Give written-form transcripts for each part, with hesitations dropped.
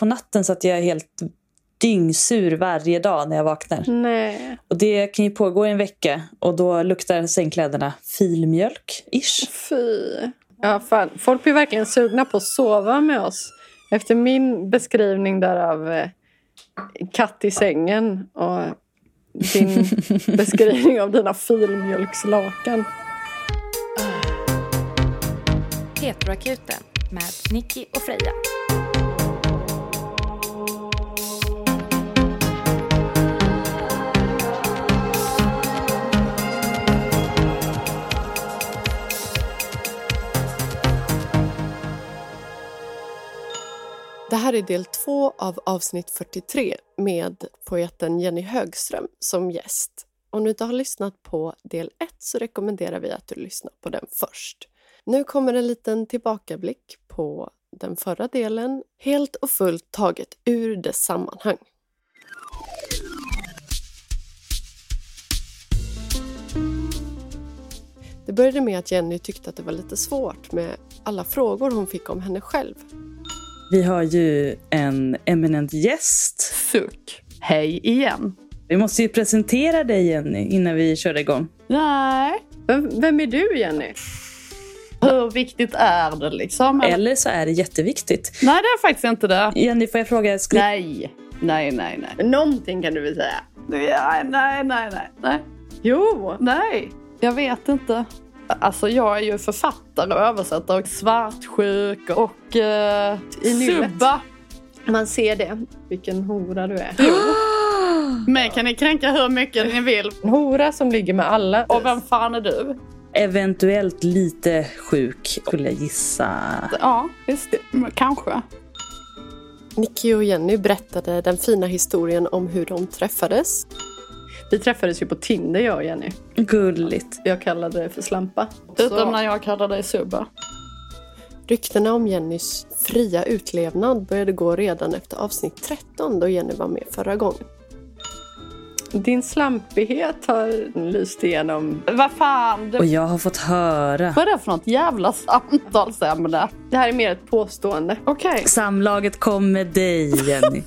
på natten så att jag är helt dyngsur varje dag när jag vaknar. Nej. Och det kan ju pågå i en vecka. Och då luktar sängkläderna filmjölk-ish. Fy. Ja, fan. Folk blir verkligen sugna på att sova med oss. Efter min beskrivning där av katt i sängen. Och din beskrivning av dina filmjölkslakan. Heteroakuten med Nicky och Freja. Det här är del 2 av avsnitt 43 med poeten Jenny Högström som gäst. Om du inte har lyssnat på del 1 så rekommenderar vi att du lyssnar på den först. Nu kommer en liten tillbakablick på den förra delen, helt och fullt taget ur dess sammanhang. Det började med att Jenny tyckte att det var lite svårt med alla frågor hon fick om henne själv. Vi har ju en eminent gäst. Suck. Hej igen. Vi måste ju presentera dig, Jenny, innan vi kör igång. Nej. Vem är du, Jenny? Hur viktigt är det liksom? Eller så är det jätteviktigt. Nej, det är faktiskt inte det. Jenny, får jag fråga? Nej. Någonting kan du väl säga? Nej. Jo. Nej, jag vet inte. Alltså jag är ju författare och översättare och svartsjuk och subba. Man ser det. Vilken hora du är. Jo. Men kan ni kränka hur mycket ni vill? En hora som ligger med alla. Och vem fan är du? Eventuellt lite sjuk, skulle jag gissa. Ja, visst. Kanske. Nicky och Jenny berättade den fina historien om hur de träffades. Vi träffades ju på Tinder, jag och Jenny. Gulligt. Jag kallade det för slampa. Utom när jag kallade dig subba. Ryktena om Jennys fria utlevnad började gå redan efter avsnitt 13 då Jenny var med förra gången. Din slampighet har lyst igenom. Vad fan? Och jag har fått höra. Vad är det för något jävla samtalsämne? Det här är mer ett påstående. Okej. Samlaget kom med dig, Jenny.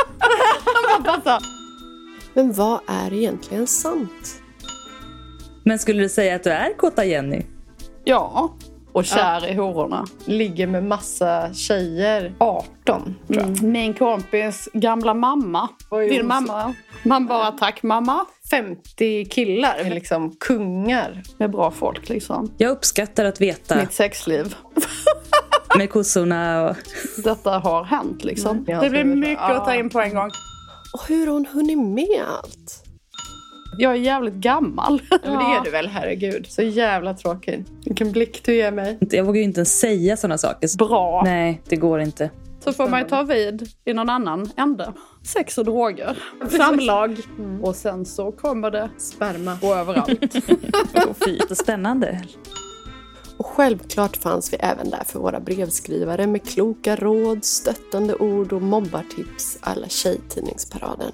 Men vad är egentligen sant? Men skulle du säga att du är kåta, Jenny? Ja, och kär i hororna. Ligger med massa tjejer. 18, tror jag. Min kompis gamla mamma. Din mamma. Man bara, tack mamma. 50 killar, liksom kungar. Med bra folk liksom. Jag uppskattar att veta. Mitt sexliv. Med kossorna och... Detta har hänt liksom. Ja, det blir mycket att ta in på en gång. Och hur har hon hunnit med allt? Jag är jävligt gammal. Ja. Men det är du väl, herregud. Så jävla tråkig. Vilken blick du ger mig. Jag vågar ju inte ens säga sådana saker. Bra. Nej, det går inte. Så får man ju ta vid i någon annan ände. Sex och droger. Samlag. Och sen så kommer det sperma. Och överallt. Och fint och spännande. Och självklart fanns vi även där för våra brevskrivare med kloka råd, stöttande ord och mobbartips alla tjejtidningsparaden.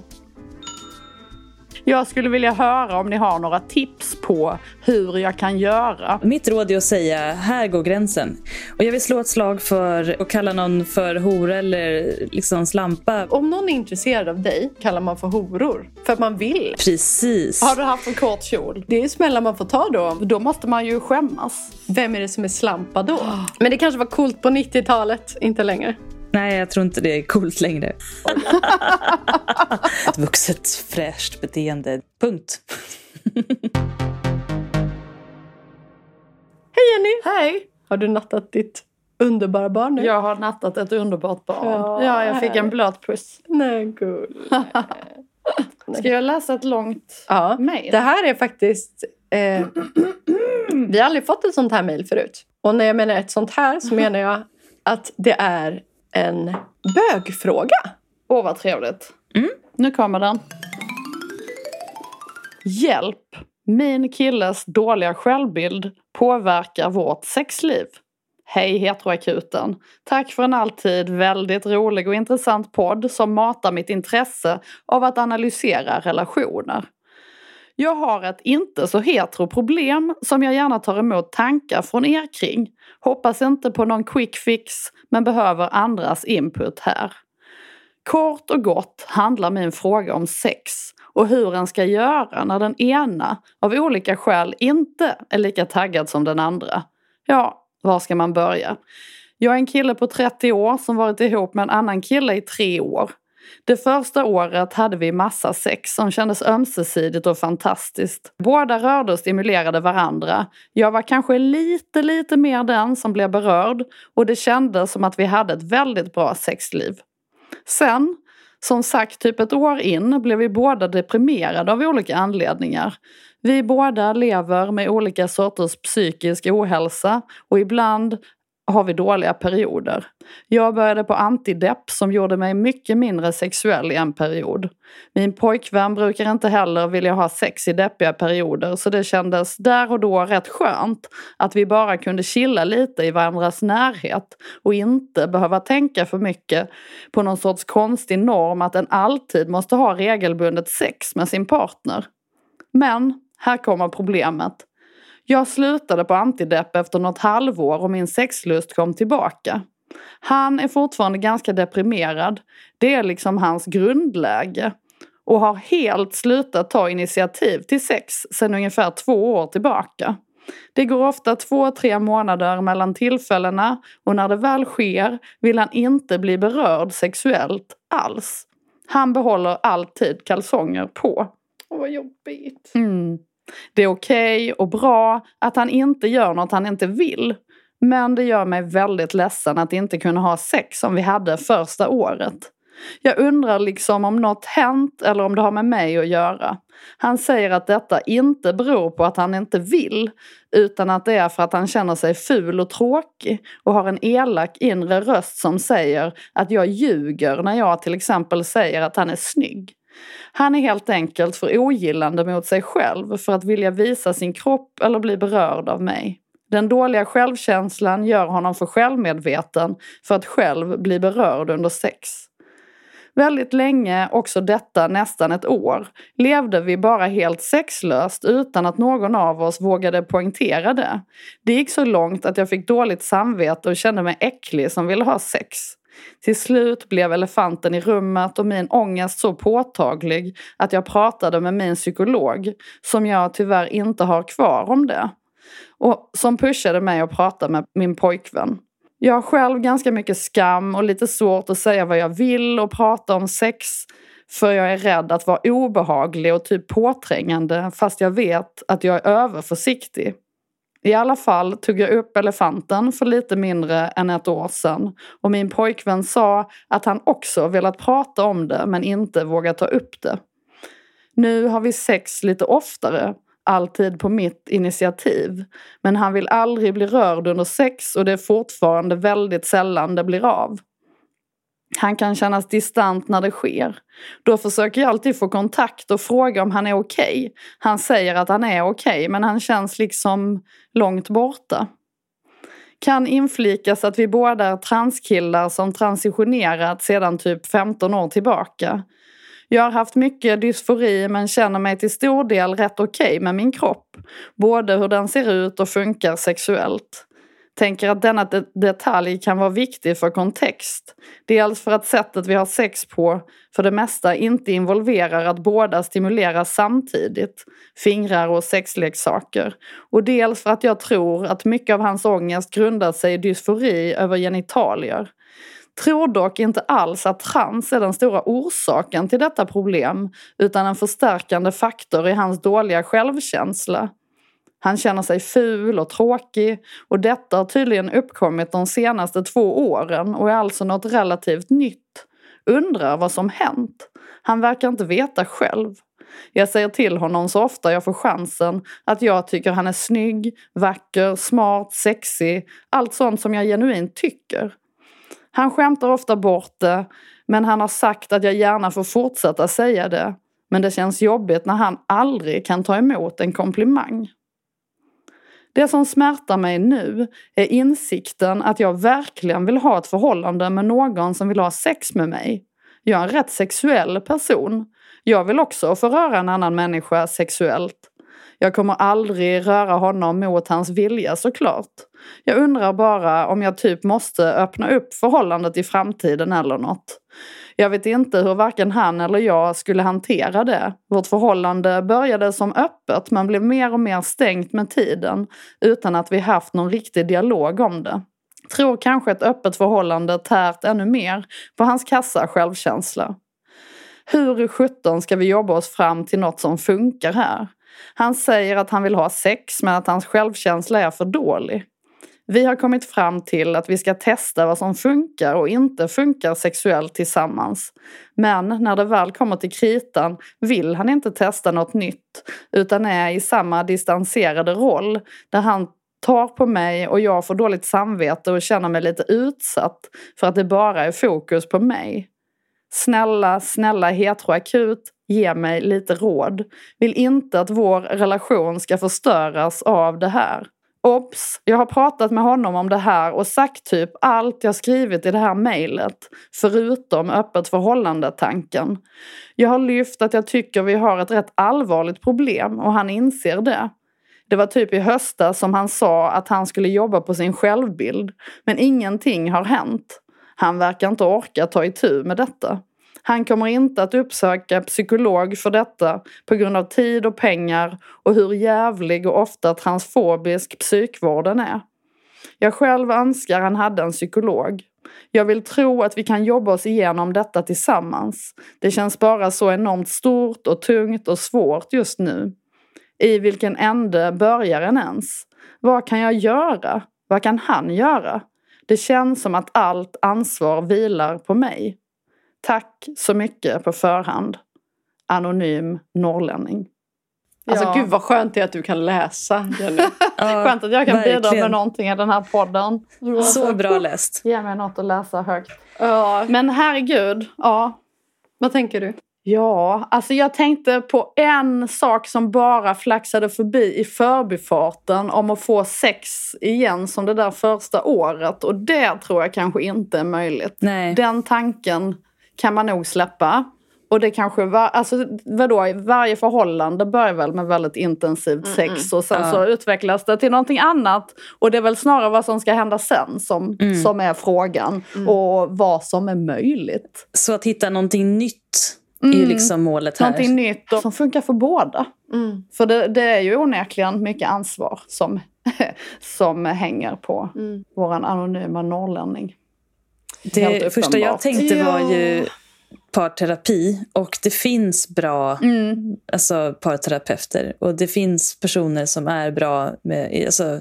Jag skulle vilja höra om ni har några tips på hur jag kan göra. Mitt råd är att säga, här går gränsen. Och jag vill slå ett slag för att kalla någon för hora eller liksom slampa. Om någon är intresserad av dig kallar man för horor. För att man vill. Precis. Har du haft en kort kjol? Det är smällar man får ta då. Då måste man ju skämmas. Vem är det som är slampa då? Men det kanske var coolt på 90-talet, inte längre. Nej, jag tror inte det är coolt längre. Ett vuxet fräscht beteende. Punkt. Hej Jenny! Hej! Har du nattat ditt underbara barn nu? Jag har nattat ett underbart barn. Ja, jag fick en blöt puss. Nej, gull. Ska jag läsa ett långt mejl? Det här är faktiskt... vi har aldrig fått ett sånt här mejl förut. Och när jag menar ett sånt här så menar jag att det är en bögfråga. Åh, vad trevligt. Nu kommer den. Hjälp! Min killes dåliga självbild påverkar vårt sexliv. Hej heteroakuten. Tack för en alltid väldigt rolig och intressant podd som matar mitt intresse av att analysera relationer. Jag har ett inte så hetero problem som jag gärna tar emot tankar från er kring. Hoppas inte på någon quick fix men behöver andras input här. Kort och gott handlar min fråga om sex och hur en ska göra när den ena av olika skäl inte är lika taggad som den andra. Ja, var ska man börja? Jag är en kille på 30 år som varit ihop med en annan kille i 3 år. Det första året hade vi massa sex som kändes ömsesidigt och fantastiskt. Båda rörde och stimulerade varandra. Jag var kanske lite mer den som blev berörd och det kändes som att vi hade ett väldigt bra sexliv. Sen, som sagt typ ett år in, blev vi båda deprimerade av olika anledningar. Vi båda lever med olika sorters psykisk ohälsa och ibland har vi dåliga perioder. Jag började på antidepp som gjorde mig mycket mindre sexuell i en period. Min pojkvän brukar inte heller vilja ha sex i deppiga perioder så det kändes där och då rätt skönt att vi bara kunde chilla lite i varandras närhet och inte behöva tänka för mycket på någon sorts konstig norm att en alltid måste ha regelbundet sex med sin partner. Men här kommer problemet. Jag slutade på antidepp efter något halvår och min sexlust kom tillbaka. Han är fortfarande ganska deprimerad. Det är liksom hans grundläge. Och har helt slutat ta initiativ till sex sedan ungefär 2 år tillbaka. Det går ofta 2-3 månader mellan tillfällena och när det väl sker vill han inte bli berörd sexuellt alls. Han behåller alltid kalsonger på. Åh, vad jobbigt. Det är okej och bra att han inte gör något han inte vill. Men det gör mig väldigt ledsen att inte kunna ha sex som vi hade första året. Jag undrar liksom om något hänt eller om det har med mig att göra. Han säger att detta inte beror på att han inte vill utan att det är för att han känner sig ful och tråkig och har en elak inre röst som säger att jag ljuger när jag till exempel säger att han är snygg. Han är helt enkelt för ogillande mot sig själv för att vilja visa sin kropp eller bli berörd av mig. Den dåliga självkänslan gör honom för självmedveten för att själv bli berörd under sex. Väldigt länge, också detta nästan ett år, levde vi bara helt sexlöst utan att någon av oss vågade poängtera det. Det gick så långt att jag fick dåligt samvete och kände mig äcklig som ville ha sex. Till slut blev elefanten i rummet och min ångest så påtaglig att jag pratade med min psykolog, som jag tyvärr inte har kvar om det, och som pushade mig att prata med min pojkvän. Jag har själv ganska mycket skam och lite svårt att säga vad jag vill och prata om sex för jag är rädd att vara obehaglig och typ påträngande fast jag vet att jag är överförsiktig. I alla fall tog jag upp elefanten för lite mindre än 1 år sedan och min pojkvän sa att han också velat prata om det men inte vågat ta upp det. Nu har vi sex lite oftare, alltid på mitt initiativ, men han vill aldrig bli rörd under sex och det är fortfarande väldigt sällan det blir av. Han kan kännas distant när det sker. Då försöker jag alltid få kontakt och fråga om han är okej. Han säger att han är okej, men han känns liksom långt borta. Kan inflikas att vi båda är transkillar som transitionerat sedan typ 15 år tillbaka. Jag har haft mycket dysfori men känner mig till stor del rätt okej med min kropp. Både hur den ser ut och funkar sexuellt. Tänker att denna detalj kan vara viktig för kontext. Dels för att sättet vi har sex på för det mesta inte involverar att båda stimuleras samtidigt, fingrar och sexleksaker. Och dels för att jag tror att mycket av hans ångest grundar sig i dysfori över genitalier. Tror dock inte alls att trans är den stora orsaken till detta problem utan en förstärkande faktor i hans dåliga självkänsla. Han känner sig ful och tråkig och detta har tydligen uppkommit de senaste 2 åren och är alltså något relativt nytt. Undrar vad som hänt. Han verkar inte veta själv. Jag säger till honom så ofta jag får chansen att jag tycker han är snygg, vacker, smart, sexig, allt sånt som jag genuint tycker. Han skämtar ofta bort det, men han har sagt att jag gärna får fortsätta säga det. Men det känns jobbigt när han aldrig kan ta emot en komplimang. Det som smärtar mig nu är insikten att jag verkligen vill ha ett förhållande med någon som vill ha sex med mig. Jag är en rätt sexuell person. Jag vill också få röra en annan människa sexuellt. Jag kommer aldrig röra honom mot hans vilja såklart. Jag undrar bara om jag typ måste öppna upp förhållandet i framtiden eller något. Jag vet inte hur varken han eller jag skulle hantera det. Vårt förhållande började som öppet men blev mer och mer stängt med tiden utan att vi haft någon riktig dialog om det. Tror kanske ett öppet förhållande tärt ännu mer på hans kassa självkänsla. Hur i 17 ska vi jobba oss fram till något som funkar här? Han säger att han vill ha sex men att hans självkänsla är för dålig. Vi har kommit fram till att vi ska testa vad som funkar och inte funkar sexuellt tillsammans. Men när det väl kommer till kritan vill han inte testa något nytt utan är i samma distanserade roll där han tar på mig och jag får dåligt samvete och känner mig lite utsatt för att det bara är fokus på mig. Snälla heteroakut, ge mig lite råd. Vill inte att vår relation ska förstöras av det här. Ops, jag har pratat med honom om det här och sagt typ allt jag skrivit i det här mejlet, förutom öppet förhållande-tanken. Jag har lyft att jag tycker vi har ett rätt allvarligt problem och han inser det. Det var typ i höstas som han sa att han skulle jobba på sin självbild, men ingenting har hänt. Han verkar inte orka ta itu med detta. Han kommer inte att uppsöka psykolog för detta på grund av tid och pengar och hur jävlig och ofta transfobisk psykvården är. Jag själv önskar han hade en psykolog. Jag vill tro att vi kan jobba oss igenom detta tillsammans. Det känns bara så enormt stort och tungt och svårt just nu. I vilken ände börjar en ens? Vad kan jag göra? Vad kan han göra? Det känns som att allt ansvar vilar på mig. Tack så mycket på förhand. Anonym norrlänning. Alltså gud vad skönt det är att du kan läsa. Skönt att jag kan bidra med någonting i den här podden. Så bra läst. Ge mig något att läsa högt. Men herregud, Vad tänker du? Ja, alltså jag tänkte på en sak som bara flaxade förbi i förbifarten om att få sex igen som det där första året. Och det tror jag kanske inte är möjligt. Nej. Den tanken kan man nog släppa. Och det kanske var, alltså vadå, varje förhållande börjar väl med väldigt intensivt sex och sen så utvecklas det till någonting annat. Och det är väl snarare vad som ska hända sen som är frågan och vad som är möjligt. Så att hitta någonting nytt är ju liksom målet här. Någonting nytt som funkar för båda. För det är ju onekligen mycket ansvar som hänger på våran anonyma norrlänning. Det första jag tänkte var ju parterapi, och det finns bra alltså parterapeuter, och det finns personer som är bra med, alltså,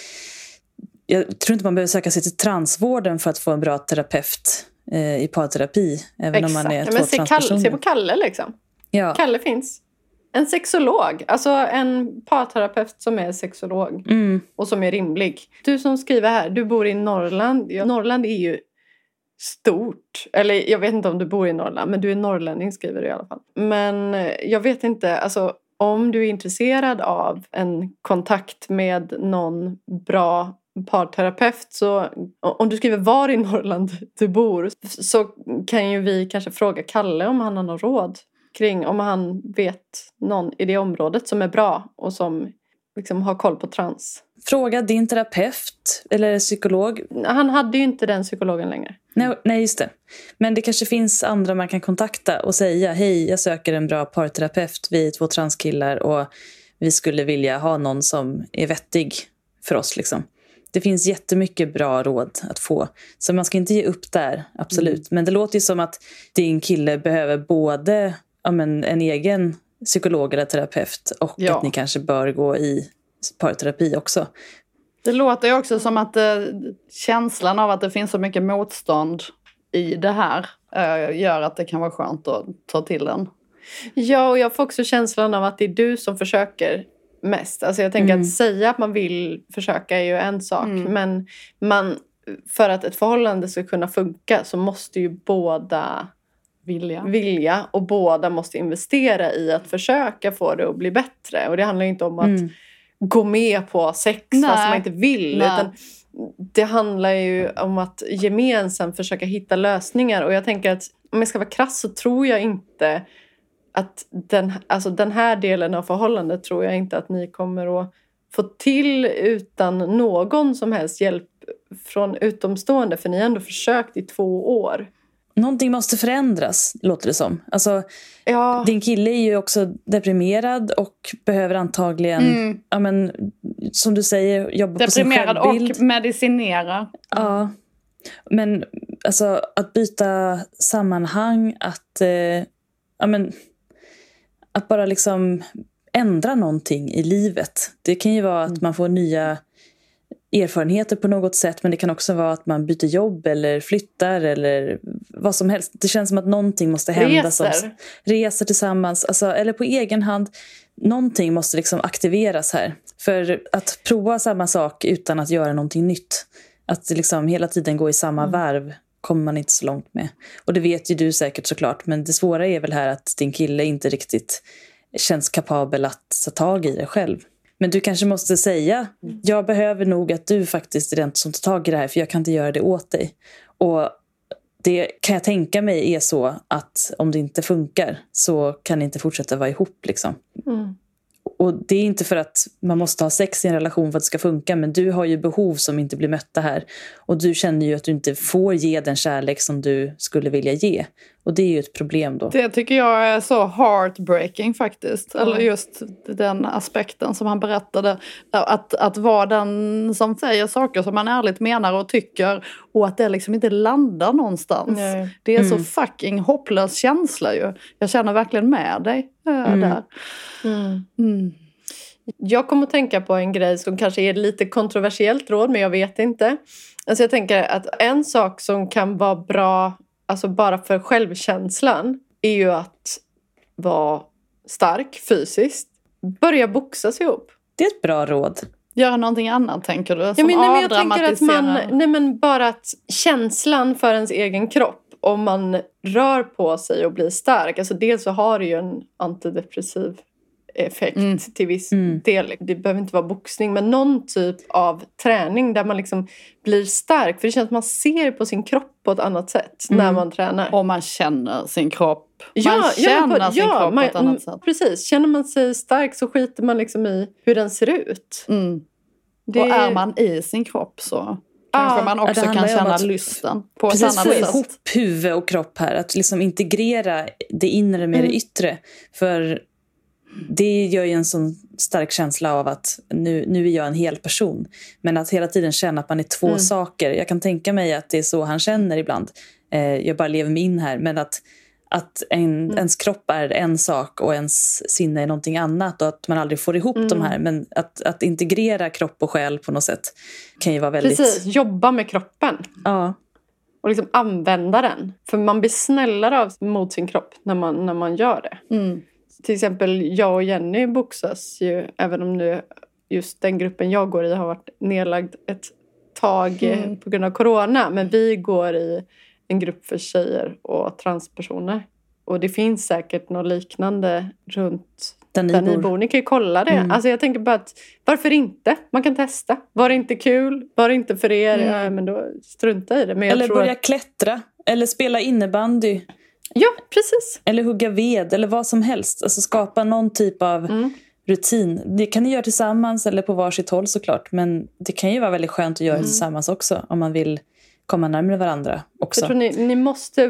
jag tror inte man behöver söka sig till transvården för att få en bra terapeut i parterapi, även om man är två transpersoner. Se på Kalle liksom. Ja. Kalle finns. En sexolog, alltså en parterapeut som är sexolog och som är rimlig. Du som skriver här, du bor i Norrland. Ja, Norrland är ju stort. Eller jag vet inte om du bor i Norrland, men du är norrlänning, skriver du i alla fall. Men jag vet inte, alltså om du är intresserad av en kontakt med någon bra parterapeut, så om du skriver var i Norrland du bor, så kan ju vi kanske fråga Kalle om han har något råd kring, om han vet någon i det området som är bra och som liksom har koll på trans. Fråga din terapeut eller psykolog. Han hade ju inte den psykologen längre. Nej, just det. Men det kanske finns andra man kan kontakta och säga: hej, jag söker en bra parterapeut. Vi är 2 transkillar och vi skulle vilja ha någon som är vettig för oss liksom. Det finns jättemycket bra råd att få. Så man ska inte ge upp där, absolut. Men det låter ju som att din kille behöver både en egen psykolog eller terapeut och att ni kanske bör gå i parterapi också. Det låter ju också som att känslan av att det finns så mycket motstånd i det här gör att det kan vara skönt att ta till den. Ja, och jag får också känslan av att det är du som försöker mest. Alltså jag tänker att säga att man vill försöka är ju en sak. Men för att ett förhållande ska kunna funka så måste ju båda vilja och båda måste investera i att försöka få det att bli bättre. Och det handlar ju inte om att gå med på sex fast man inte vill. Utan det handlar ju om att gemensamt försöka hitta lösningar. Och jag tänker att om jag ska vara krass så tror jag inte att den här delen av förhållandet tror jag inte att ni kommer att få till utan någon som helst hjälp från utomstående. För ni har ändå försökt i 2 år. någonting måste förändras, låter det som. Alltså, din kille är ju också deprimerad och behöver antagligen, ja, men, som du säger, jobba på sin självbild. Deprimerad och medicinera. Ja, men alltså, att byta sammanhang, att bara liksom ändra någonting i livet. Det kan ju vara att man får nya erfarenheter på något sätt, men det kan också vara att man byter jobb eller flyttar eller vad som helst. Det känns som att någonting måste hända. Reser tillsammans, alltså, eller på egen hand. Någonting måste liksom aktiveras här. För att prova samma sak utan att göra någonting nytt, att liksom hela tiden gå i samma varv, kommer man inte så långt med. Och det vet ju du säkert såklart, men det svåra är väl här att din kille inte riktigt känns kapabel att ta tag i det själv. Men du kanske måste säga, jag behöver nog att du faktiskt är den som tar tag i det här, för jag kan inte göra det åt dig. Och det kan jag tänka mig är så att om det inte funkar så kan ni inte fortsätta vara ihop liksom. Och det är inte för att man måste ha sex i en relation för att det ska funka, men du har ju behov som inte blir mötta här. Och du känner ju att du inte får ge den kärlek som du skulle vilja ge. Och det är ju ett problem då. Det tycker jag är så heartbreaking faktiskt. Eller just den aspekten som han berättade. Att vara den som säger saker som man ärligt menar och tycker, och att det liksom inte landar någonstans. Nej. Det är så fucking hopplös känsla ju. Jag känner verkligen med dig där. Jag kommer att tänka på en grej som kanske är lite kontroversiellt råd, men jag vet inte. Alltså jag tänker att en sak som kan vara bra, alltså bara för självkänslan, är ju att vara stark fysiskt. Börja boxas ihop. Det är ett bra råd. Göra någonting annat, tänker du? Jag tänker att men bara att känslan för ens egen kropp, om man rör på sig och blir stark. Alltså dels så har det ju en antidepressiv effekt till viss del. Det behöver inte vara boxning, men någon typ av träning där man liksom blir stark. För det känns att man ser på sin kropp på ett annat sätt när man tränar. Och man känner sin kropp. Man känner sin kropp på ett annat sätt. Precis. Känner man sig stark så skiter man liksom i hur den ser ut. Och är man i sin kropp så kanske man också kan känna lysten på ett annat sätt. Precis, få ihop huvud och kropp här. Att liksom integrera det inre med det yttre. För det gör ju en sån stark känsla av att nu är jag en hel person. Men att hela tiden känna att man är två saker. Jag kan tänka mig att det är så han känner ibland. Jag bara lever mig in här. Men att ens kropp är en sak och ens sinne är någonting annat. Och att man aldrig får ihop de här. Men att integrera kropp och själ på något sätt kan ju vara väldigt... Precis, jobba med kroppen. Ja. Och liksom använda den. För man blir snällare mot sin kropp när man gör det. Till exempel jag och Jenny boxas ju, även om nu just den gruppen jag går i har varit nedlagd ett tag på grund av corona. Men vi går i en grupp för tjejer och transpersoner. Och det finns säkert något liknande runt där ni bor. Ni kan ju kolla det. Alltså jag tänker bara att, varför inte? Man kan testa. Var det inte kul? Var det inte för er? Ja, men då strunta i det. Men eller börja klättra. Eller spela innebandy. Ja, precis. Eller hugga ved, eller vad som helst. Alltså skapa någon typ av rutin. Det kan ni göra tillsammans eller på varsitt håll såklart. Men det kan ju vara väldigt skönt att göra tillsammans också. Om man vill komma närmare varandra också. Jag tror ni måste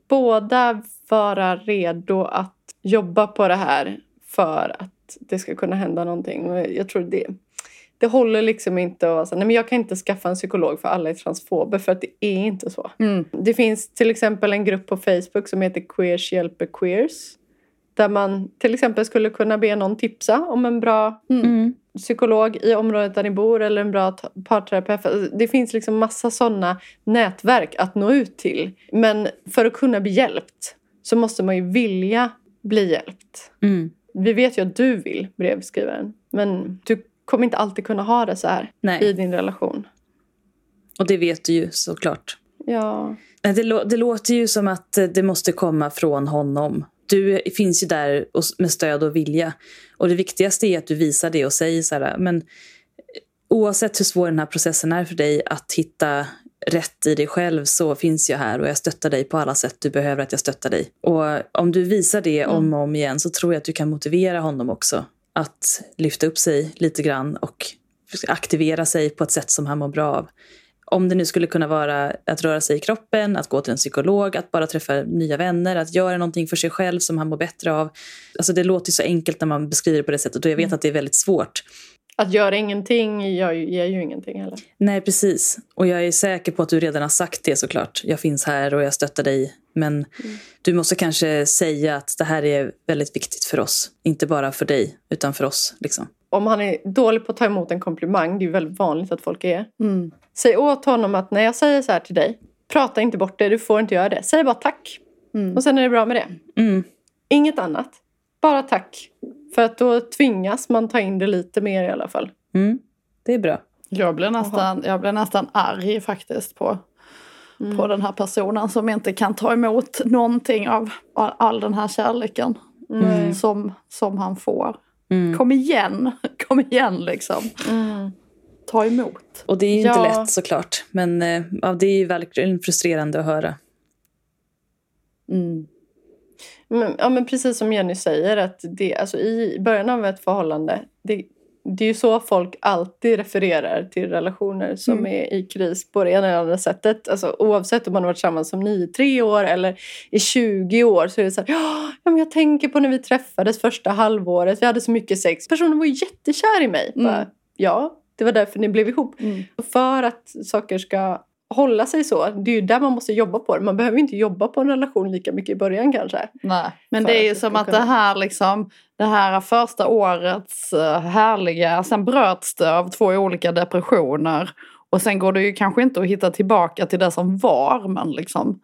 båda vara redo att jobba på det här för att det ska kunna hända någonting. Och jag tror det håller liksom inte att säga, nej men jag kan inte skaffa en psykolog för alla är transfober, för att det är inte så. Det finns till exempel en grupp på Facebook som heter Queers hjälper queers, där man till exempel skulle kunna be någon tipsa om en bra psykolog i området där ni bor, eller en bra parterapeut. Det finns liksom massa sådana nätverk att nå ut till. Men för att kunna bli hjälpt så måste man ju vilja bli hjälpt. Vi vet ju att du vill, brevskrivaren, men du kommer inte alltid kunna ha det så här i din relation. Och det vet du ju såklart. Ja. Det låter ju som att det måste komma från honom. Du finns ju där med stöd och vilja. Och det viktigaste är att du visar det och säger så här, men oavsett hur svår den här processen är för dig att hitta rätt i dig själv, så finns jag här och jag stöttar dig på alla sätt du behöver att jag stöttar dig. Och om du visar det om och om igen, så tror jag att du kan motivera honom också att lyfta upp sig lite grann och aktivera sig på ett sätt som han mår bra av. om det nu skulle kunna vara att röra sig i kroppen, att gå till en psykolog, att bara träffa nya vänner, att göra någonting för sig själv som han mår bättre av. Alltså det låter så enkelt när man beskriver det på det sättet och jag vet att det är väldigt svårt. Att göra ingenting ger ju ingenting heller. Nej, precis. Och jag är säker på att du redan har sagt det såklart. Jag finns här och jag stöttar dig. Men du måste kanske säga att det här är väldigt viktigt för oss. Inte bara för dig, utan för oss. Liksom. Om han är dålig på att ta emot en komplimang, det är ju väldigt vanligt att folk är. Säg åt honom att när jag säger så här till dig, prata inte bort det, du får inte göra det. Säg bara tack. Och sen är det bra med det. Inget annat. Bara tack. För att då tvingas man ta in det lite mer i alla fall. Det är bra. Jag blir nästan arg faktiskt på den här personen som inte kan ta emot någonting av all den här kärleken som han får. Kom igen liksom. Ta emot. Och det är ju inte lätt såklart. Men det är ju verkligen frustrerande att höra. Men precis som Jenny säger, att det, alltså i början av ett förhållande, det är ju så folk alltid refererer till relationer som är i kris på det ena eller andra sättet. Alltså, oavsett om man har varit tillsammans som 9-3 år eller i 20 år, så är det så här, ja, men jag tänker på när vi träffades första halvåret, vi hade så mycket sex. Personen var ju jättekär i mig. Bara, ja, det var därför ni blev ihop. För att saker ska hålla sig så, det är ju där man måste jobba på det. Man behöver inte jobba på en relation lika mycket i början kanske. Nej, men det är ju som att det här liksom, det här första årets härliga, sen bröts det av 2 olika depressioner och sen går det ju kanske inte att hitta tillbaka till det som var, men liksom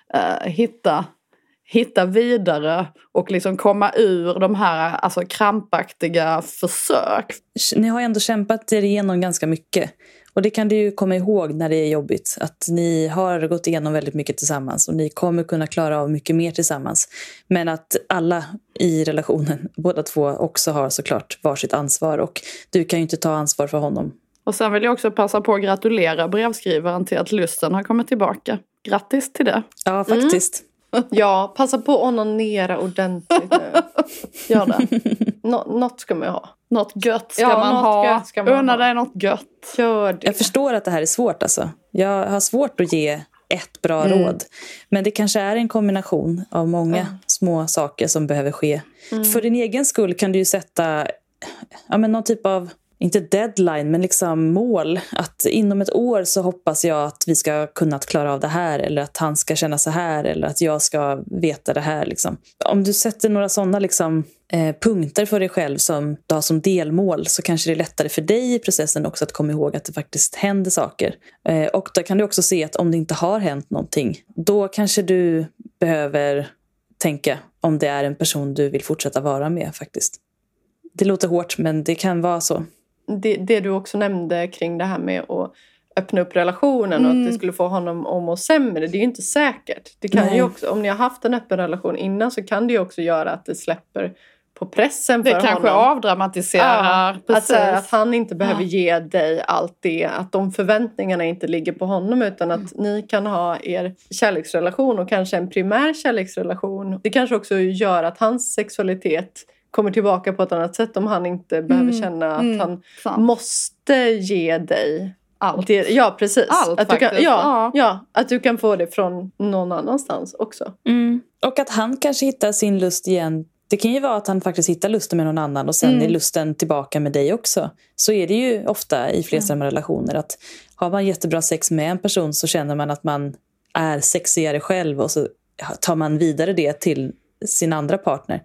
hitta vidare och liksom komma ur de här alltså krampaktiga försök. Ni har ju ändå kämpat er igenom ganska mycket. Och det kan du ju komma ihåg när det är jobbigt. Att ni har gått igenom väldigt mycket tillsammans. Och ni kommer kunna klara av mycket mer tillsammans. Men att alla i relationen, båda två, också har såklart varsitt ansvar. Och du kan ju inte ta ansvar för honom. Och sen vill jag också passa på att gratulera brevskrivaren till att lusten har kommit tillbaka. Grattis till det. Ja, faktiskt. Ja, passa på att onanera ordentligt nu. Gör det. Något ska man ha. Något gött ska man ha. Unna dig något gött. Gör det. Jag förstår att det här är svårt alltså. Jag har svårt att ge ett bra råd. Men det kanske är en kombination av många små saker som behöver ske. För din egen skull kan du ju sätta någon typ av, inte deadline, men liksom mål. Att inom ett år så hoppas jag att vi ska kunna klara av det här. Eller att han ska känna så här. Eller att jag ska veta det här. Liksom. Om du sätter några sådana liksom, punkter för dig själv som du har som delmål, så kanske det är lättare för dig i processen också att komma ihåg att det faktiskt händer saker. Och då kan du också se att om det inte har hänt någonting, då kanske du behöver tänka om det är en person du vill fortsätta vara med faktiskt. Det låter hårt, men det kan vara så. Det du också nämnde kring det här med att öppna upp relationen och att det skulle få honom att må sämre, det är ju inte säkert. Det kan ju också, om ni har haft en öppen relation innan, så kan det ju också göra att det släpper på pressen för honom. Det kanske avdramatiserar. Att han inte behöver ge dig allt det. Att de förväntningarna inte ligger på honom, utan att ni kan ha er kärleksrelation och kanske en primär kärleksrelation. Det kanske också gör att hans sexualitet kommer tillbaka på ett annat sätt om han inte behöver känna att han måste ge dig allt. Ja, precis. Allt att faktiskt. Du kan, att du kan få det från någon annanstans också. Och att han kanske hittar sin lust igen. Det kan ju vara att han faktiskt hittar lusten med någon annan och sen är lusten tillbaka med dig också. Så är det ju ofta i flesta relationer, att har man jättebra sex med en person så känner man att man är sexigare själv och så tar man vidare det till sin andra partner.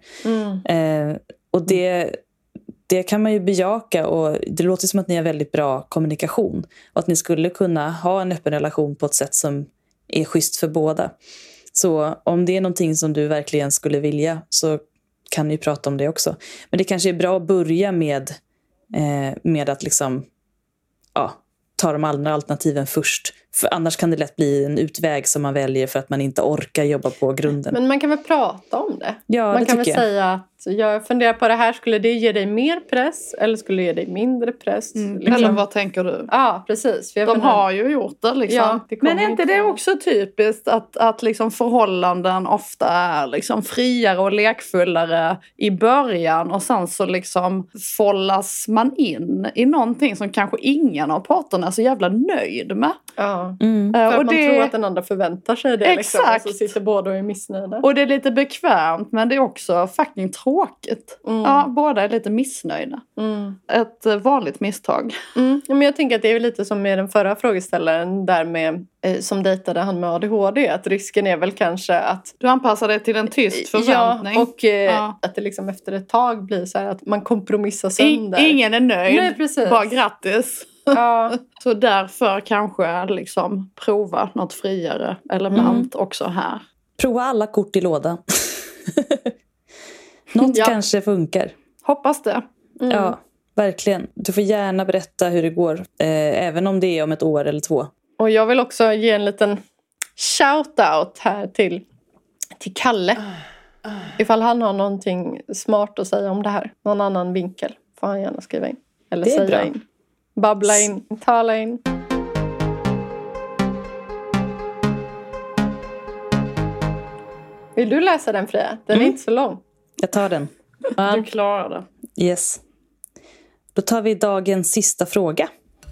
Och det kan man ju bejaka, och det låter som att ni har väldigt bra kommunikation och att ni skulle kunna ha en öppen relation på ett sätt som är schysst för båda. Så om det är någonting som du verkligen skulle vilja, så kan ni prata om det också. Men det kanske är bra att börja med att liksom, ta de andra alternativen först. För annars kan det lätt bli en utväg som man väljer för att man inte orkar jobba på grunden. Men man kan väl prata om det? Ja, man det kan väl tycker jag. säga att jag funderar på det här. Skulle det ge dig mer press? Eller skulle det ge dig mindre press? Eller vad tänker du? Ja, precis. För De har ju gjort det liksom. Ja, det kommer men är inte det också typiskt att liksom förhållanden ofta är liksom friare och lekfullare i början och sen så liksom fållas man in i någonting som kanske ingen av parterna är så jävla nöjd med. Ja, och man tror att den andra förväntar sig det. Exakt. Liksom, och så sitter båda och är missnöjda. Och det är lite bekvämt men det är också fucking tråkigt. Ja, båda är lite missnöjda. Ett vanligt misstag. Men jag tänker att det är lite som med den förra frågeställaren där med som dejtade han med ADHD. Att risken är väl kanske att du anpassar dig till en tyst förväntning. Ja, och att det liksom efter ett tag blir så här att man kompromissar sönder. Ingen är nöjd. Nej, precis. Bara grattis. Ja. Så därför kanske liksom prova något friare element också här. Prova alla kort i lådan. Något kanske funkar. Hoppas det. Ja, verkligen. Du får gärna berätta hur det går. Även om det är om ett år eller 2. Och jag vill också ge en liten shout-out här till Kalle. Ifall han har någonting smart att säga om det här. Någon annan vinkel får han gärna skriva in. Eller säga bra. in. Babbla in. Tala in. Vill du läsa den, Freja? Den är inte så lång. Jag tar den. Du klarar det. Yes. Då tar vi dagens sista fråga.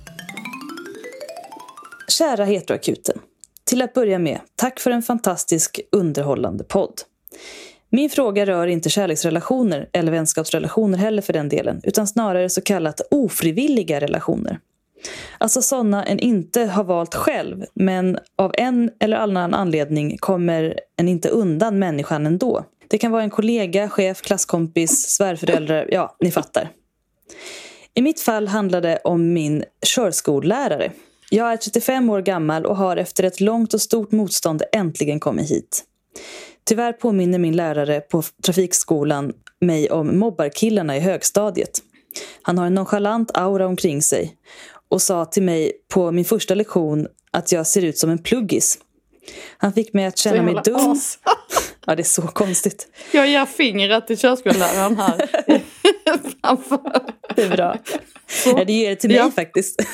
Kära Heteroakuten. Till att börja med, tack för en fantastisk underhållande podd. Min fråga rör inte kärleksrelationer eller vänskapsrelationer heller för den delen, utan snarare så kallat ofrivilliga relationer. Alltså sådana en inte har valt själv, men av en eller annan anledning kommer en inte undan människan ändå. Det kan vara en kollega, chef, klasskompis, svärföräldrar, ja, ni fattar. I mitt fall handlar det om min körskollärare. Jag är 35 år gammal och har efter ett långt och stort motstånd äntligen kommit hit. Tyvärr påminner min lärare på trafikskolan mig om mobbarkillarna i högstadiet. Han har en nonchalant aura omkring sig och sa till mig på min första lektion att jag ser ut som en pluggis. Han fick mig att känna mig dum. Ja, det är så konstigt. Jag ger fingret till körskolläraren här. Det är bra. Ja, det ger det till mig faktiskt.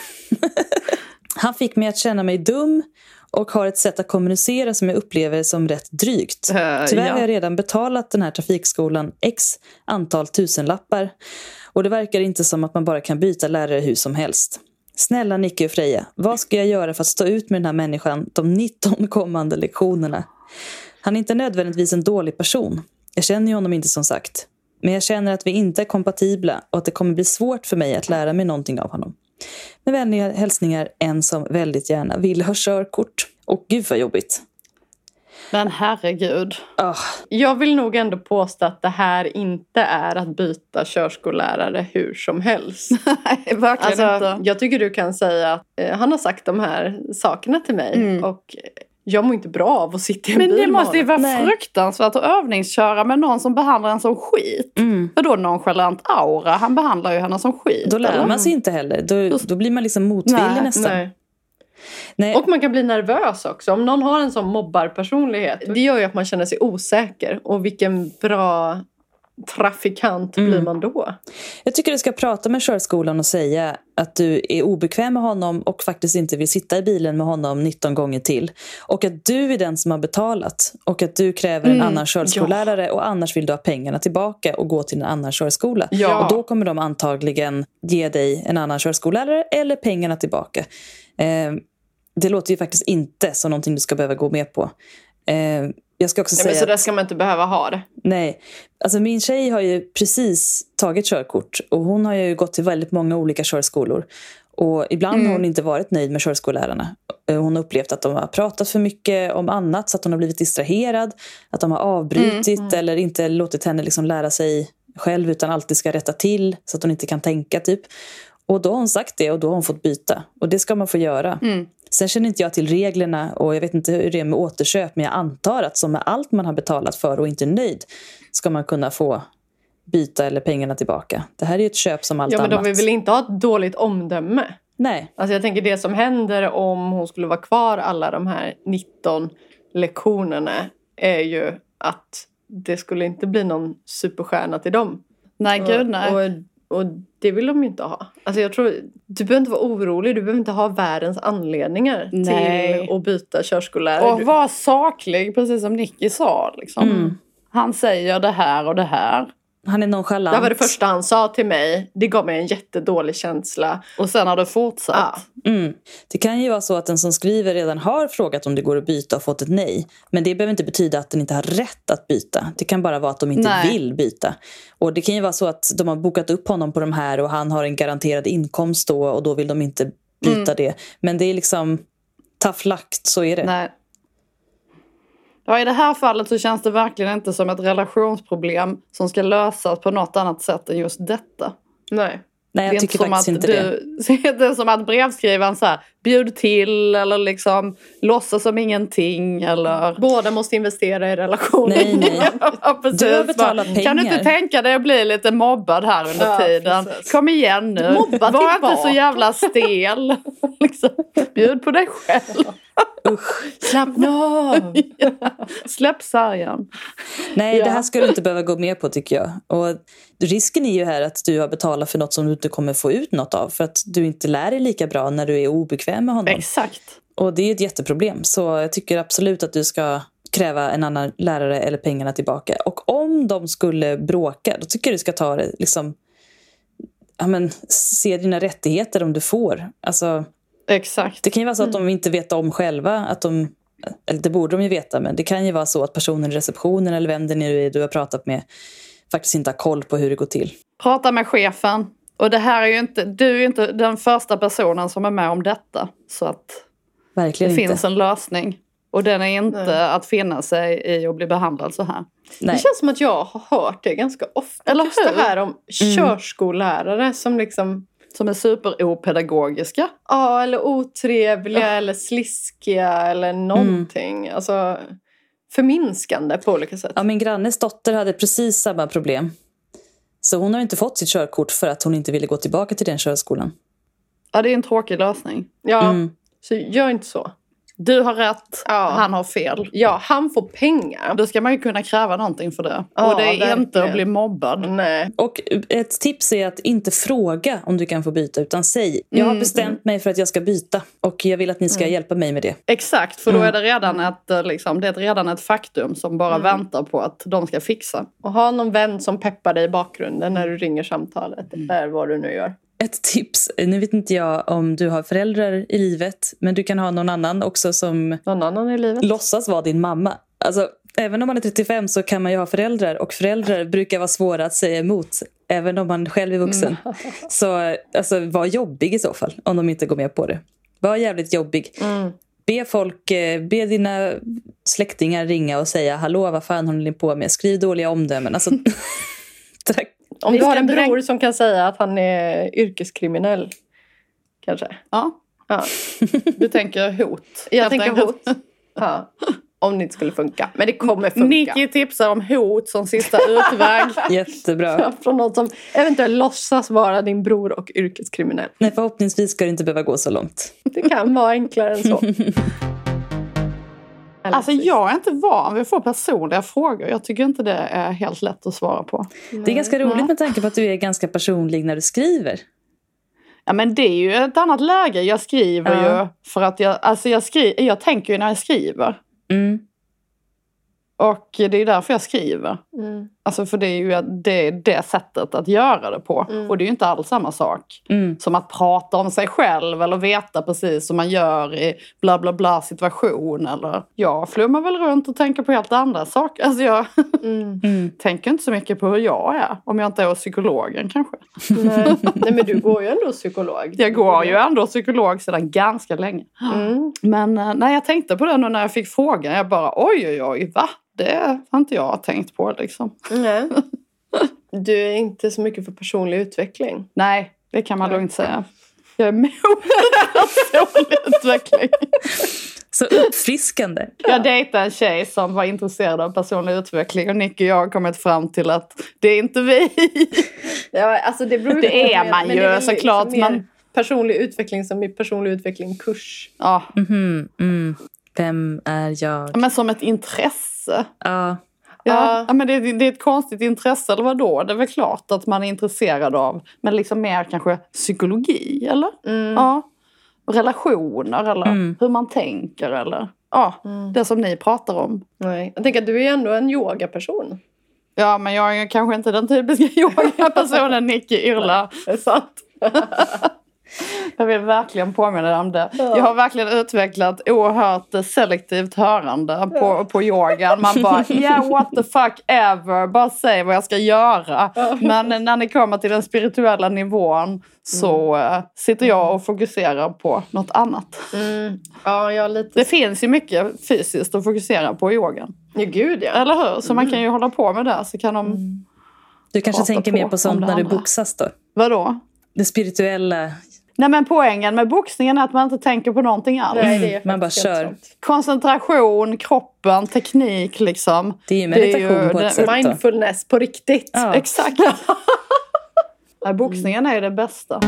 Han fick mig att känna mig dum och har ett sätt att kommunicera som jag upplever som rätt drygt. Tyvärr har jag redan betalat den här trafikskolan x antal tusenlappar. Och det verkar inte som att man bara kan byta lärare hur som helst. Snälla Nicky och Freja, vad ska jag göra för att stå ut med den här människan de 19 kommande lektionerna? Han är inte nödvändigtvis en dålig person. Jag känner ju honom inte som sagt. Men jag känner att vi inte är kompatibla och att det kommer bli svårt för mig att lära mig någonting av honom. Med vänliga hälsningar, en som väldigt gärna vill ha körkort. Och gud vad jobbigt. Men herregud. Jag vill nog ändå påstå att det här inte är att byta körskollärare hur som helst. Nej, verkligen inte. Jag tycker du kan säga att han har sagt de här sakerna till mig. Och jag mår inte bra av att sitta i en bil. Men det måste ju vara fruktansvärt att övningsköra med någon som behandlar en som skit. För då nonchalant aura, han behandlar ju henne som skit. Då lär man sig inte heller. Då blir man liksom motvillig nästan. Nej. Och man kan bli nervös också. Om någon har en sån mobbarpersonlighet. Det gör ju att man känner sig osäker. Och vilken bra trafikant blir man då? Jag tycker du ska prata med körskolan och säga att du är obekväm med honom och faktiskt inte vill sitta i bilen med honom 19 gånger till. Och att du är den som har betalat och att du kräver en annan körskollärare och annars vill du ha pengarna tillbaka och gå till en annan körskola. Ja. Och då kommer de antagligen ge dig en annan körskollärare eller pengarna tillbaka. Det låter ju faktiskt inte som någonting du ska behöva gå med på. Jag ska också säga men så där ska man inte behöva ha det. Nej, alltså min tjej har ju precis tagit körkort och hon har ju gått till väldigt många olika körskolor. Och ibland har hon inte varit nöjd med körskollärarna. Hon har upplevt att de har pratat för mycket om annat så att hon har blivit distraherad. Att de har avbrutit eller inte låtit henne liksom lära sig själv utan alltid ska rätta till så att hon inte kan tänka typ. Och då har hon sagt det och då har hon fått byta. Och det ska man få göra. Sen känner inte jag till reglerna och jag vet inte hur det är med återköp. Men jag antar att som med allt man har betalat för och inte är nöjd ska man kunna få byta eller pengarna tillbaka. Det här är ju ett köp som allt annat. Ja, men de vill väl inte ha ett dåligt omdöme? Nej. Alltså jag tänker det som händer om hon skulle vara kvar alla de här 19 lektionerna är ju att det skulle inte bli någon superstjärna till dem. Nej, gud nej. Och det vill de ju inte ha. Alltså jag tror, du behöver inte vara orolig. Du behöver inte ha världens anledningar till att byta körskollärare. Och vara saklig, precis som Nicky sa. Liksom. Han säger det här och det här. Han är nonchalant. Det var det första han sa till mig. Det gav mig en jättedålig känsla. Och sen har det fortsatt. Ja. Det kan ju vara så att den som skriver redan har frågat om det går att byta och fått ett nej. Men det behöver inte betyda att den inte har rätt att byta. Det kan bara vara att de inte vill byta. Och det kan ju vara så att de har bokat upp honom på de här och han har en garanterad inkomst då och då vill de inte byta det. Men det är liksom tough luck, så är det. Nej. Ja, i det här fallet så känns det verkligen inte som ett relationsproblem som ska lösas på något annat sätt än just detta. Nej. Nej, jag tycker faktiskt inte det. Det är som att brevskrivaren så här, bjud till eller liksom låtsas som ingenting eller... Båda måste investera i relationen. Nej. Ja, precis. Du har betalat pengar. Kan du inte tänka dig att bli lite mobbad här under tiden? Precis. Kom igen nu. Var inte så jävla stel. Liksom. Bjud på dig själv. Slappna av. Släpp sargen. Nej, det här ska du inte behöva gå med på, tycker jag. Och risken är ju här att du har betalat för något som du inte kommer få ut något av. För att du inte lär dig lika bra när du är obekväm med honom. Exakt. Och det är ett jätteproblem. Så jag tycker absolut att du ska kräva en annan lärare eller pengarna tillbaka. Och om de skulle bråka, då tycker jag du ska ta det liksom... Ja, men, se dina rättigheter om du får. Alltså... Exakt. Det kan ju vara så att de inte vet om själva att de, eller det borde de ju veta, men det kan ju vara så att personen i receptionen eller vem det nu är du har pratat med faktiskt inte har koll på hur det går till. Prata med chefen. Och det här är ju inte, du är ju inte den första personen som är med om detta. Så att Verkligen det inte. finns en lösning. Och den är inte att finna sig i att bli behandlad så här. Nej. Det känns som att jag har hört det ganska ofta. Eller just hur? det här om körskollärare som liksom... Som är superopedagogiska. Ja, eller otrevliga eller sliskiga eller någonting. Alltså förminskande på olika sätt. Ja, min grannes dotter hade precis samma problem. Så hon har inte fått sitt körkort för att hon inte ville gå tillbaka till den körskolan. Ja, det är en tråkig lösning. Ja, så gör inte så. Du har rätt, han har fel. Ja, han får pengar. Då ska man ju kunna kräva någonting för det. Ja, och det är verkligen. inte att bli mobbad. Nej. Och ett tips är att inte fråga om du kan få byta, utan säg, jag har bestämt mig för att jag ska byta och jag vill att ni ska hjälpa mig med det. Exakt, för då är det redan redan ett faktum som bara väntar på att de ska fixa. Och ha någon vän som peppar dig i bakgrunden när du ringer samtalet. Eller vad du nu gör. Ett tips, nu vet inte jag om du har föräldrar i livet, men du kan ha någon annan också som Någon annan i livet? låtsas vara din mamma. Alltså, även om man är 35 så kan man ju ha föräldrar, och föräldrar brukar vara svåra att säga emot, även om man själv är vuxen. Så alltså, var jobbig i så fall, om de inte går med på det. Var jävligt jobbig. Be dina släktingar ringa och säga, hallå, vad fan håller ni på med? Skriv dåliga omdömen. Alltså, om du har en bror som kan säga att han är yrkeskriminell, kanske. Ja. Du tänker hot. Jag tänker hot. Ja. Om det inte skulle funka. Men det kommer funka. Nicky tipsar om hot som sista utväg. jättebra. Från någon som eventuellt låtsas vara din bror och yrkeskriminell. Nej, förhoppningsvis ska det inte behöva gå så långt. Det kan vara enklare än så. Alltså jag är inte van vid att få personliga frågor. Jag tycker inte det är helt lätt att svara på. Det är ganska roligt med tanke på att du är ganska personlig när du skriver. Ja, men det är ju ett annat läge. Jag skriver ju för att jag tänker ju när jag skriver. Och det är därför jag skriver. Alltså för det är ju det sättet att göra det på. Och det är ju inte alls samma sak. Som att prata om sig själv. Eller veta precis som man gör i bla bla bla situation. Eller jag flummar väl runt och tänker på helt andra saker. Alltså jag tänker inte så mycket på hur jag är. Om jag inte är hos psykologen kanske. Nej, men du går ju ändå psykolog. Jag går ju ändå psykolog sedan ganska länge. Men när jag tänkte på det nu när jag fick frågan. Jag bara oj, va? Det har inte jag tänkt på liksom. Nej. Du är inte så mycket för personlig utveckling. Nej, det kan man lugnt säga. Jag är emot personlig utveckling. Så uppfriskande. Jag dejtade en tjej som var intresserad av personlig utveckling. Och Nicky och jag har kommit fram till att det är inte vi. Ja, alltså det är man ju såklart. Liksom personlig utveckling som i personlig utveckling-kurs. Ja. Vem är jag? Men som ett intresse. Ja. Ja, men det är ett konstigt intresse, eller vadå? Det är väl klart att man är intresserad av, men liksom mer kanske psykologi, eller? Ja. Relationer, eller hur man tänker, eller? Ja, det som ni pratar om. Nej, jag tänker att du är ändå en yogaperson. Ja, men jag är kanske inte den typiska yogapersonen Nicky Yrla. Det är sant. Jag vill verkligen påminna dig om det. Jag har verkligen utvecklat oerhört selektivt hörande på yogan. Man bara, yeah, what the fuck ever. Bara säg vad jag ska göra. Men när ni kommer till den spirituella nivån så sitter jag och fokuserar på något annat. Ja, lite. Det finns ju mycket fysiskt att fokusera på i yogan. Ja, gud ja. Eller hur? Så man kan ju hålla på med det. Så kan de Du kanske tänker mer på sånt när du boxas då? Vadå? Det spirituella. Nej, men poängen med boxningen är att man inte tänker på någonting alls. Nej, det är Man bara kör. sant. Koncentration, kroppen, teknik liksom. Det är ju meditation på ett sätt då. Mindfulness på riktigt. Ja. Exakt. Ja, boxningen är ju det bästa.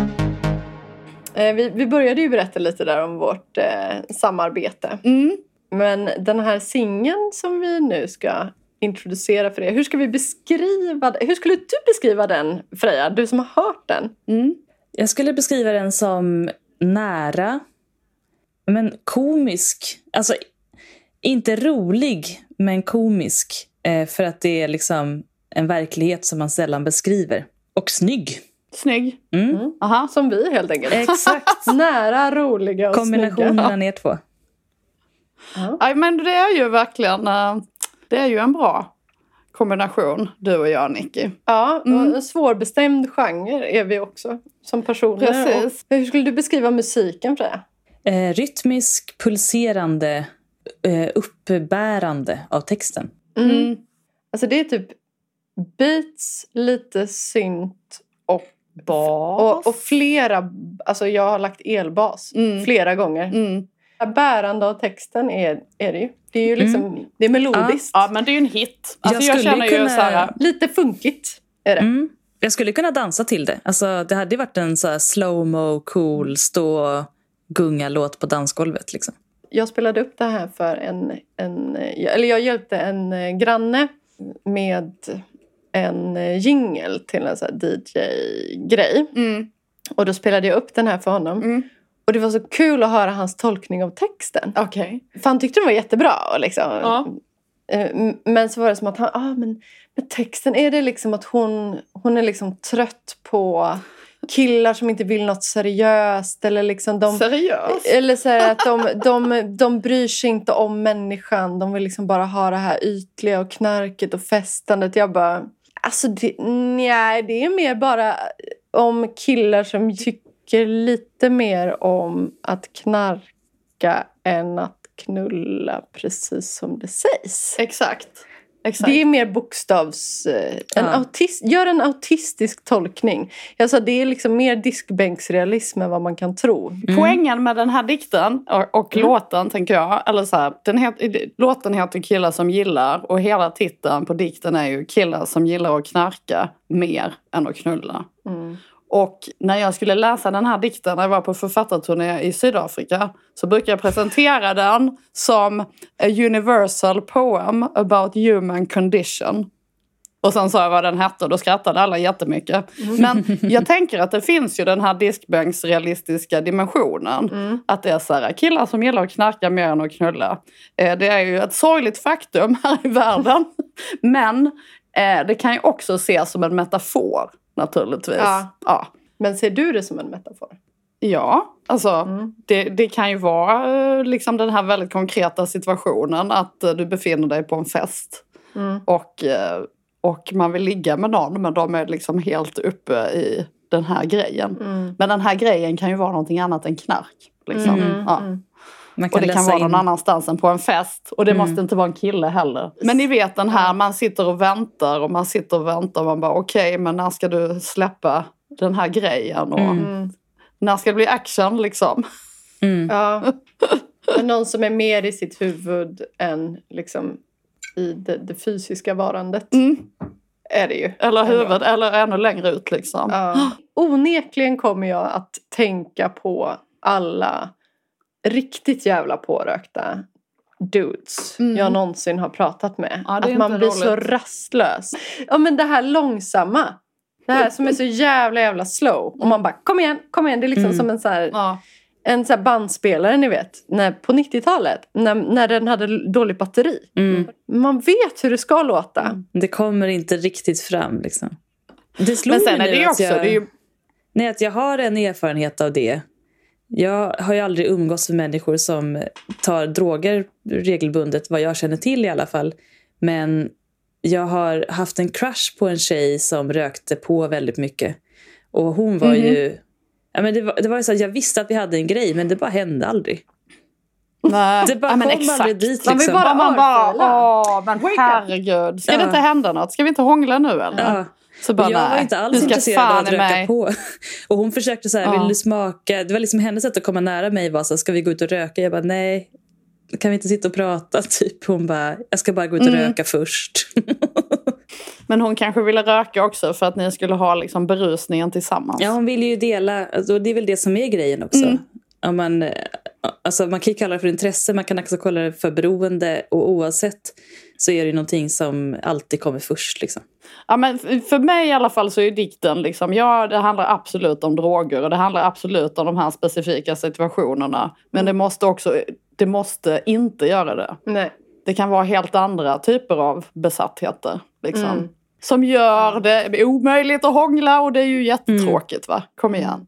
Vi började ju berätta lite där om vårt samarbete. Men den här singeln som vi nu ska introducera för er. Hur ska vi beskriva det? Hur skulle du beskriva den, Freja? Du som har hört den. Jag skulle beskriva den som nära, men komisk. Alltså, inte rolig, men komisk. För att det är liksom en verklighet som man sällan beskriver. Och snygg. Snygg. Aha. Som vi helt enkelt. Exakt. Nära, roliga och Kombinationen snygga. mellan er två. Ja, men det är ju verkligen... Det är ju en bra kombination, du och jag, Nicky. Ja, och en svårbestämd genre är vi också som personer. Precis. Och hur skulle du beskriva musiken, Freja? Rytmisk, pulserande, uppbärande av texten. Alltså det är typ beats, lite synt och Bas. och flera, alltså jag har lagt elbas flera gånger. Bärande av texten är det ju. Det är ju liksom, det är melodiskt. Ja, men det är ju en hit. Alltså jag känner ju så här... Lite funkigt är det. Jag skulle kunna dansa till det. Alltså, det hade varit en så här slow-mo, cool, stå, gunga låt på dansgolvet liksom. Jag spelade upp det här för eller jag hjälpte en granne med en jingle till en så här DJ-grej. Och då spelade jag upp den här för honom. Och det var så kul att höra hans tolkning av texten. Okej. För han tyckte den var jättebra. Liksom. Men så var det som att han... men texten är det liksom att hon är liksom trött på killar som inte vill något seriöst. Eller liksom Seriöst? Eller så här att de bryr sig inte om människan. De vill liksom bara ha det här ytliga och knarket och festandet. Jag bara... Alltså det är mer bara om killar som tycker lite mer om att knarka än att knulla, precis som det sägs. Exakt. Det är mer bokstavs... Gör en autistisk tolkning. Jag sa, det är liksom mer diskbänksrealism än vad man kan tro. Poängen med den här dikten och låten, tänker jag, eller så här, låten heter Killar som gillar, och hela titeln på dikten är ju Killar som gillar att knarka mer än att knulla. Och när jag skulle läsa den här dikten när jag var på författarturné i Sydafrika, så brukar jag presentera den som a universal poem about human condition. Och sen sa jag vad den hette, och då skrattade alla jättemycket. Men jag tänker att det finns ju den här diskbänksrealistiska dimensionen. Att det är så här, killar som gillar att knarka mer än att knulla. Det är ju ett sorgligt faktum här i världen. Men det kan ju också ses som en metafor, naturligtvis. Ja. Men ser du det som en metafor? Ja, alltså det kan ju vara liksom den här väldigt konkreta situationen att du befinner dig på en fest och man vill ligga med någon, men de är liksom helt uppe i den här grejen. Men den här grejen kan ju vara någonting annat än knark. Liksom. Och det kan vara någon annanstans än på en fest. Och det måste inte vara en kille heller. Men ni vet den här, man sitter och väntar. Och man sitter och väntar och man bara okej, men när ska du släppa den här grejen? Och när ska det bli action liksom? Ja. Någon som är mer i sitt huvud än liksom i det fysiska varandet. Är det ju. Eller huvud, eller ännu längre ut liksom. Ja. onekligen kommer jag att tänka på alla riktigt jävla pårökta dudes jag någonsin har pratat med. Ja, att man blir roligt. Så rastlös. Ja, men det här långsamma. Det här som är så jävla slow. Och man bara, kom igen. Det är liksom som en så här... Ja. En så här bandspelare, ni vet. På 90-talet. När den hade dålig batteri. Man vet hur det ska låta. Det kommer inte riktigt fram liksom. Det slår men sen mig är det nu också... att jag har en erfarenhet av det. Jag har ju aldrig umgåtts med människor som tar droger regelbundet. Vad jag känner till i alla fall. Men jag har haft en crush på en tjej som rökte på väldigt mycket. Och hon var ju... Ja, men det var ju så att jag visste att vi hade en grej, men det bara hände aldrig. Nej. Det bara kom aldrig dit liksom. Man bara men herregud. Ska det inte hända något? Ska vi inte hångla nu eller? Ja. Så bara, jag var inte alls intresserad av att röka på. Och hon försökte så här, vill du smaka? Det var liksom hennes sätt att komma nära mig var så, ska vi gå ut och röka? Jag bara, nej. Kan vi inte sitta och prata? Typ. Hon bara, jag ska bara gå ut och röka först. Men hon kanske ville röka också för att ni skulle ha liksom berusningen tillsammans. Ja, hon ville ju dela. Alltså, det är väl det som är grejen också. Om man kan ju kalla det för intresse. Man kan också kalla det för beroende. Och oavsett så är det ju någonting som alltid kommer först. Liksom. Ja, men för mig i alla fall så är dikten liksom, ja, det handlar absolut om droger. Och det handlar absolut om de här specifika situationerna. Men det måste inte göra det. Nej. Det kan vara helt andra typer av besattheter. Liksom. Som gör det omöjligt att hångla. Och det är ju jättetråkigt, va? Kom igen.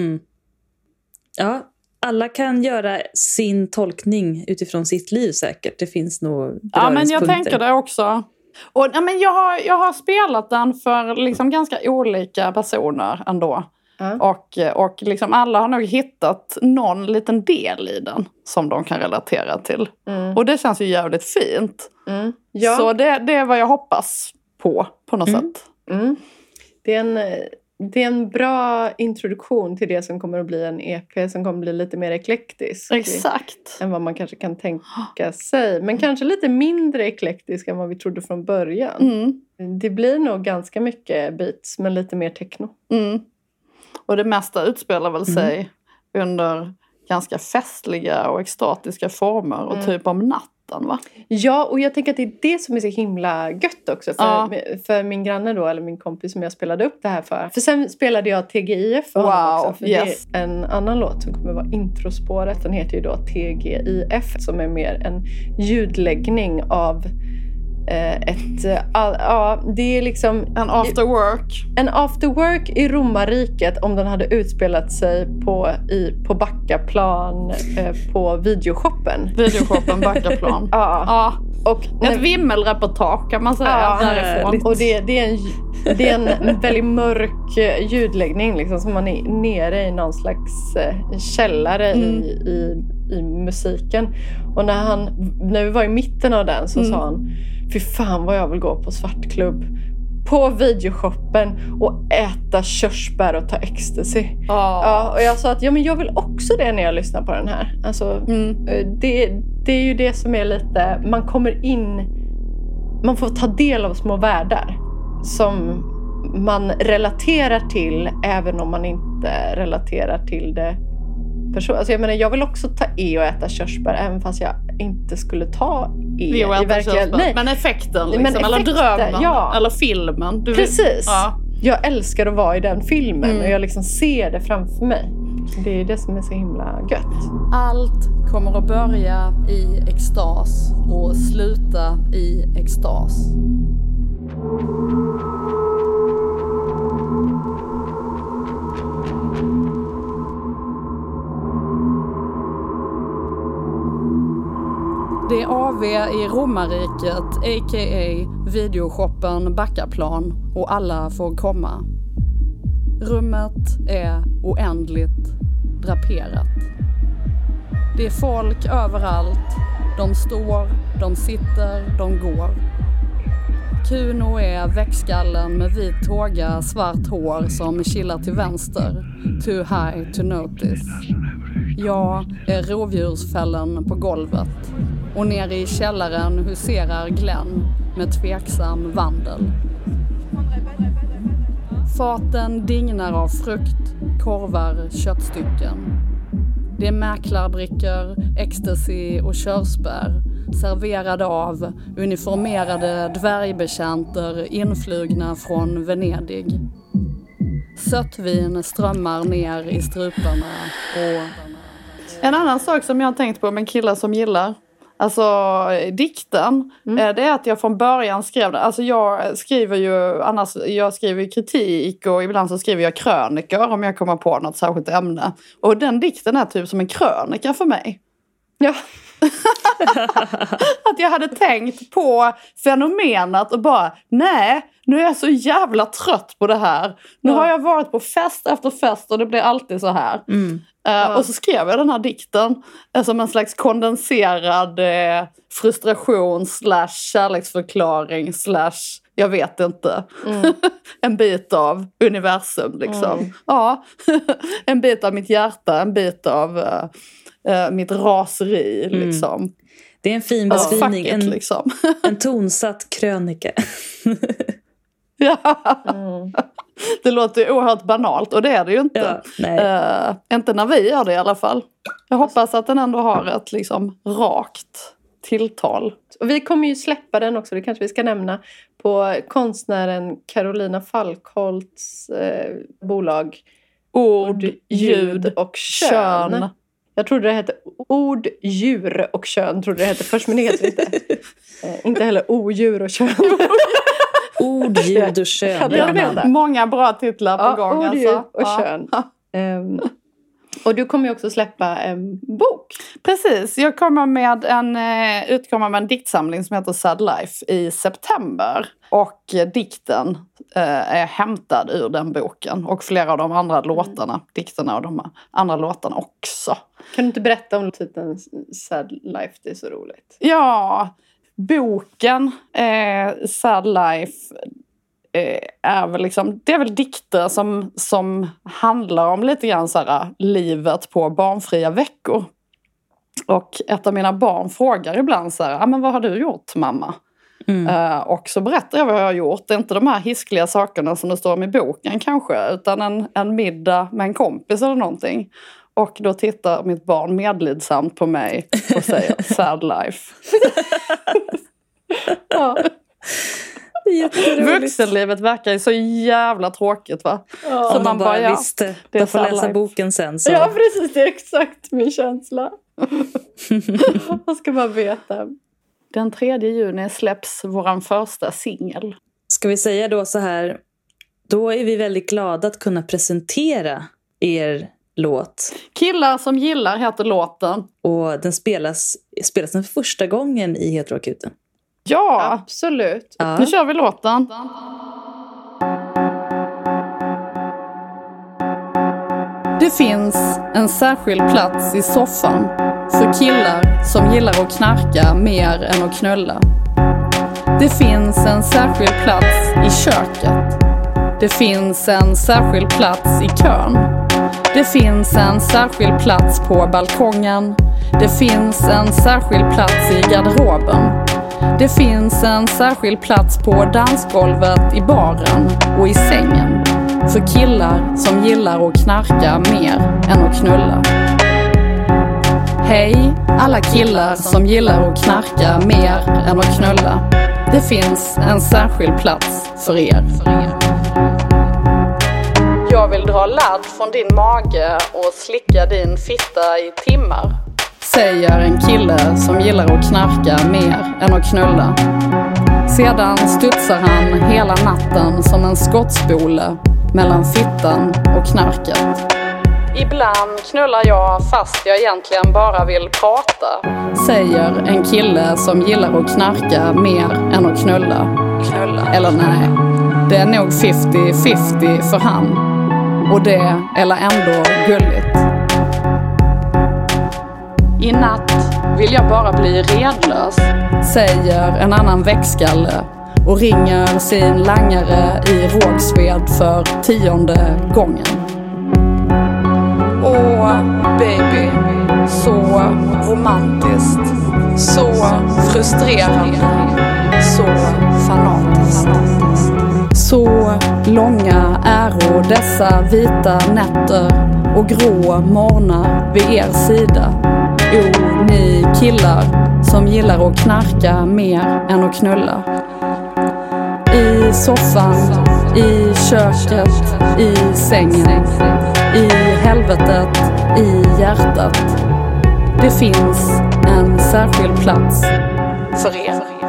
Ja, alla kan göra sin tolkning utifrån sitt liv säkert. Det finns nog beröringspunkter. Ja, men jag tänker det också. Och, ja, men jag har spelat den för liksom ganska olika personer ändå. Och liksom alla har nog hittat någon liten del i den som de kan relatera till. Och det känns ju jävligt fint. Ja. Så det är vad jag hoppas på något sätt. Det är en bra introduktion till det som kommer att bli en EP som kommer att bli lite mer eklektisk. Exakt. Än vad man kanske kan tänka sig. Men kanske lite mindre eklektisk än vad vi trodde från början. Det blir nog ganska mycket beats men lite mer techno. Och det mesta utspelar väl sig under ganska festliga och extatiska former och typ om natten, va? Ja, och jag tänker att det är det som är så himla gött också för min granne då, eller min kompis som jag spelade upp det här för. För sen spelade jag TGIF för honom också, för det är en annan låt som kommer vara introspåret. Den heter ju då TGIF som är mer en ljudläggning av det är liksom en after work. En after work i romarriket om den hade utspelat sig på Backaplan på videoshoppen. Videoshoppen Backaplan. Och ett vimmelreportage kan man säga därifrån. Och det är en väldigt mörk ljudläggning liksom, som man är nere i någon slags källare i musiken. Och när vi var i mitten av den så sa han, fy fan vad jag vill gå på svartklubb på videoshoppen och äta körsbär och ta ecstasy. Ja, och jag sa att men jag vill också det när jag lyssnar på den här. Alltså, det är ju det som är lite, man kommer in, man får ta del av små världar som man relaterar till även om man inte relaterar till det. Alltså jag vill också ta och äta körsbär även fast jag inte skulle ta i verkligen. Nej. Men effekten liksom, eller drömmen eller filmen. Precis. Jag älskar att vara i den filmen och jag liksom ser det framför mig. Det är det som är så himla gött. Allt kommer att börja i extas och sluta i extas. Det är AV i romarriket, a.k.a. videoshoppen Backaplan, och alla får komma. Rummet är oändligt draperat. Det är folk överallt. De står, de sitter, de går. Kuno är växtskallen med vit tåga, svart hår som chillar till vänster. Too high to notice. Jag är rovdjursfällen på golvet. Och nere i källaren huserar Glenn med tveksam vandel. Faten dignar av frukt, korvar, köttstycken. Det är mäklarbrickor, ecstasy och körsbär serverade av uniformerade dvärgbetjänter influgna från Venedig. Sötvin strömmar ner i struparna och... En annan sak som jag har tänkt på med killar som gillar, alltså dikten, det är att jag från början skrev det. Alltså jag skriver ju kritik och ibland så skriver jag krönikor om jag kommer på något särskilt ämne. Och den dikten är typ som en krönika för mig. Ja. Att jag hade tänkt på fenomenet och bara, nej, nu är jag så jävla trött på det här. Nu har jag varit på fest efter fest och det blir alltid så här. Och så skrev jag den här dikten som en slags kondenserad frustration / kärleksförklaring / jag vet inte. En bit av universum liksom. Ja, en bit av mitt hjärta, en bit av mitt raseri liksom. Det är en fin beskrivning, liksom. En tonsatt krönika. Ja. Det låter ju oerhört banalt och det är det ju inte. Inte när vi gör det i alla fall. Jag hoppas att den ändå har ett liksom rakt tilltal. Och vi kommer ju släppa den också, det kanske vi ska nämna, på konstnären Carolina Falkholts bolag Ord, ljud och kön. Jag trodde det hette ord, djur och kön. Trodde det hette först, men det heter inte. Inte heller odjur och kön. Ord, ljud och kön. Många bra titlar på gång. Ord, ljud och kön. Och du kommer ju också släppa en bok. Precis, jag kommer utkommer med en diktsamling som heter Sad Life i september. Och dikten är hämtad ur den boken. Och flera av de andra låtarna, dikterna och de andra låtarna också. Kan du inte berätta om titeln Sad Life, det är så roligt. Ja, boken Sad Life är väl liksom, det är väl dikter som handlar om lite grann så här, livet på barnfria veckor. Och ett av mina barn frågar ibland så här, men vad har du gjort, mamma? Och så berättar jag vad jag har gjort. Det är inte de här hiskliga sakerna som det står om i boken kanske, utan en middag med en kompis eller någonting. Och då tittar mitt barn medlidsamt på mig och säger Sad Life. Ja. Vuxenlivet verkar ju så jävla tråkigt, va? Så man bara visste. Jag får läsa boken sen. Så. Ja, precis. Det är exakt min känsla. Vad ska man veta? Den 3 juni släpps våran första singel. Ska vi säga då så här, då är vi väldigt glada att kunna presentera er låt. Killar som gillar heter låten. Och den spelas den för första gången i Heteroakuten. Ja, absolut. Ja. Nu kör vi låten. Det finns en särskild plats i soffan för killar som gillar att knarka mer än att knulla. Det finns en särskild plats i köket. Det finns en särskild plats i kön. Det finns en särskild plats på balkongen. Det finns en särskild plats i garderoben. Det finns en särskild plats på dansgolvet, i baren och i sängen. För killar som gillar att knarka mer än att knulla. Hej, alla killar som gillar att knarka mer än att knulla. Det finns en särskild plats för er. Jag vill dra ladd från din mage och slicka din fitta i timmar. Säger en kille som gillar att knarka mer än att knulla. Sedan studsar han hela natten som en skottspole mellan fittan och knarket. Ibland knullar jag fast jag egentligen bara vill prata. Säger en kille som gillar att knarka mer än att knulla. Eller nej, det är nog 50-50 för han. Och det är ändå gulligt. I natt vill jag bara bli redlös, säger en annan växtskalle och ringer sin langare i Rågsved för 10:e gången. Åh, baby, så romantiskt, så frustrerande, så fanatiskt. Så långa är Och dessa vita nätter och grå morgnar vid er sida. Ni killar som gillar att knarka mer än att knulla. I soffan, i köket, i sängen, i helvetet, i hjärtat. Det finns en särskild plats för er.